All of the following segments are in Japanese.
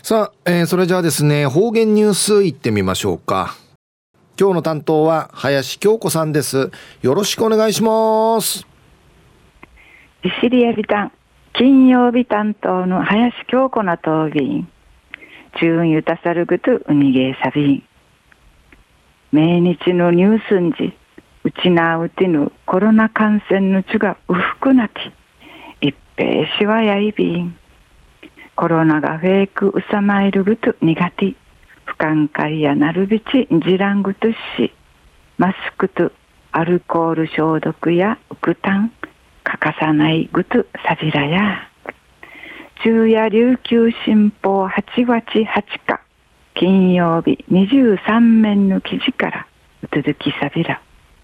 さあ、それじゃあですね、方言ニュースいってみましょうか。今日の担当は林京子さんです。よろしくお願いします。 利尻エビタン金曜日担当の林京子なとびん中ゆたさるぐとうにげさびん命日のニュースんじうちなうてぬコロナ感染のちがうふくなき一平しはやいびんコロナがフェイクうさまいるぐと苦手不寛解やなるびちんじらんぐとしマスクとアルコール消毒やうくたん欠かさないぐとさびらや昼夜琉球新報8月8日金曜日23面の記事からうつづきさびら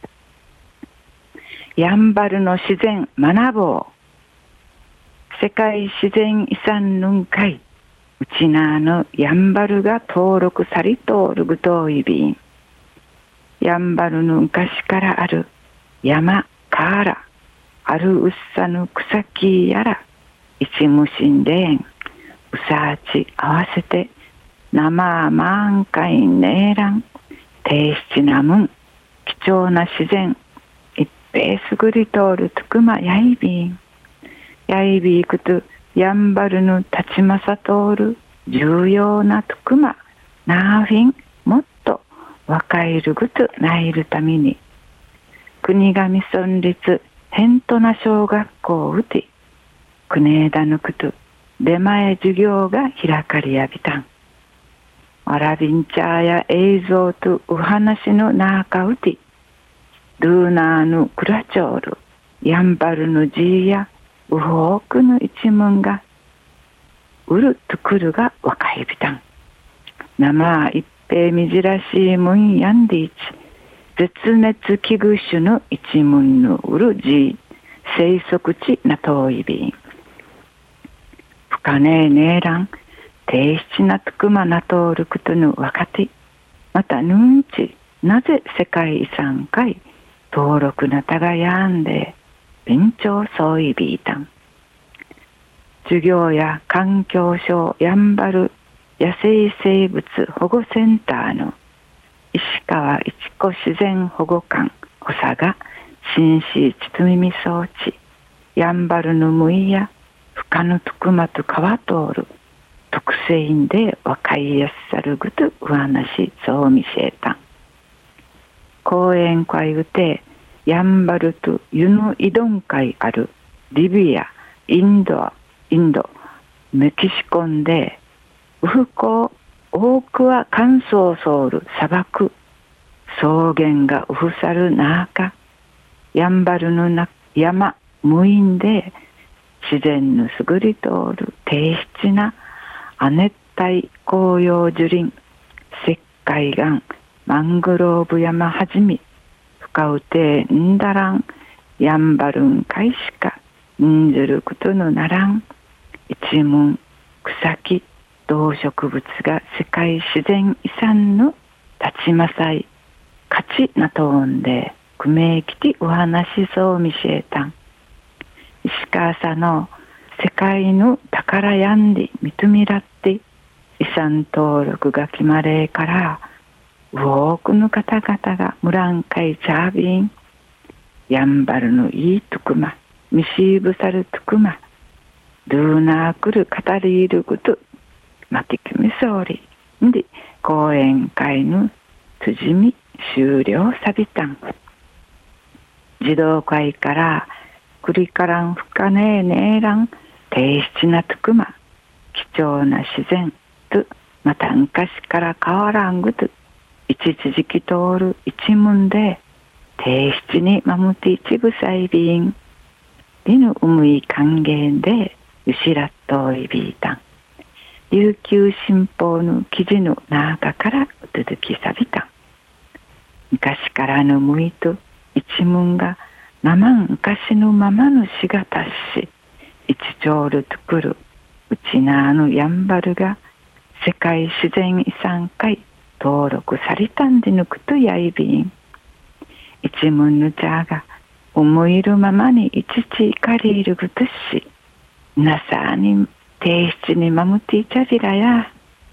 やんばるの自然学ぼう世界自然遺産ぬんかいうちなのやんばるが登録さりとおるぐといびんやんばるの昔からある山からあるうっさぬ草木やら一無心でんうさあち合わせて生満開ねえらん低質なむん貴重な自然一平すぐりとおるとくまやいびんやいびいくとやんばるの立ちまさとおる重要なとくまなあフィンもっと若いるぐとないるために国頭村立辺土名小学校うて国枝ぬくと出前授業が開かれやびたんわらびんちゃや映像とお話の中うてルーナーのクラチョールやんばるのじいやうほくの一門がうるとくるが若いびたん生一平みじらしいもんやんでいち絶滅危惧種の一門のうるじ生息地なといびん不可ねえねえらん低質なとくまなとおることの若手またぬんちなぜ世界遺産会登録なたがやんで便長そういびいたん授業や環境省やんばる野生生物保護センターの石川一子自然保護官補佐が新市ちつみみ装置やんばるのむいや深のとくまと川通る特性因で若いやすさるぐとう話そうみせたん講演会うてやんばると湯のいどん会あるリビアインドメキシコンでウフコ多くは乾燥そうる砂漠草原がうふさる中やんばるの山無因で自然のすぐり通る低質な亜熱帯紅葉樹林石灰岩マングローブ山はじめ深うてんだらんやんばるんかいしかんずることのならん一門草木動植物が世界自然遺産の立ちまさい価値なとんでくめきてお話しそうみしえたん石川さの世界の宝やんで認めらって遺産登録が決まれから多くの方々がムランカイチャービンやんばるのいいとくまミシーブサルとくまドゥーナークル語りいること巻き込みそうりで講演会の辻み終了さびたん児童会からクリカランふかねえねえらん低質なとくま貴重な自然とまた昔から変わらんぐと一時期通る一門で低質に守って一部細便でのうむい還元でうしらっといびいたん琉球新報の記事の中からうつづきさびたん昔からのむいと一門が昔のままのしがたし一丁るとくるうちなのやんばるが世界自然遺産会登録されたんでぬくとやいびん一門のちゃが思いるままにいちちかりいるぐとしなさに提出に守っていちゃじらや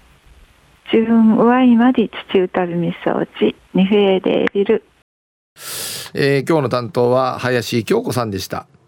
自分上いまで土歌びみそうちにフェーデービル。 今日の担当は林京子さんでした。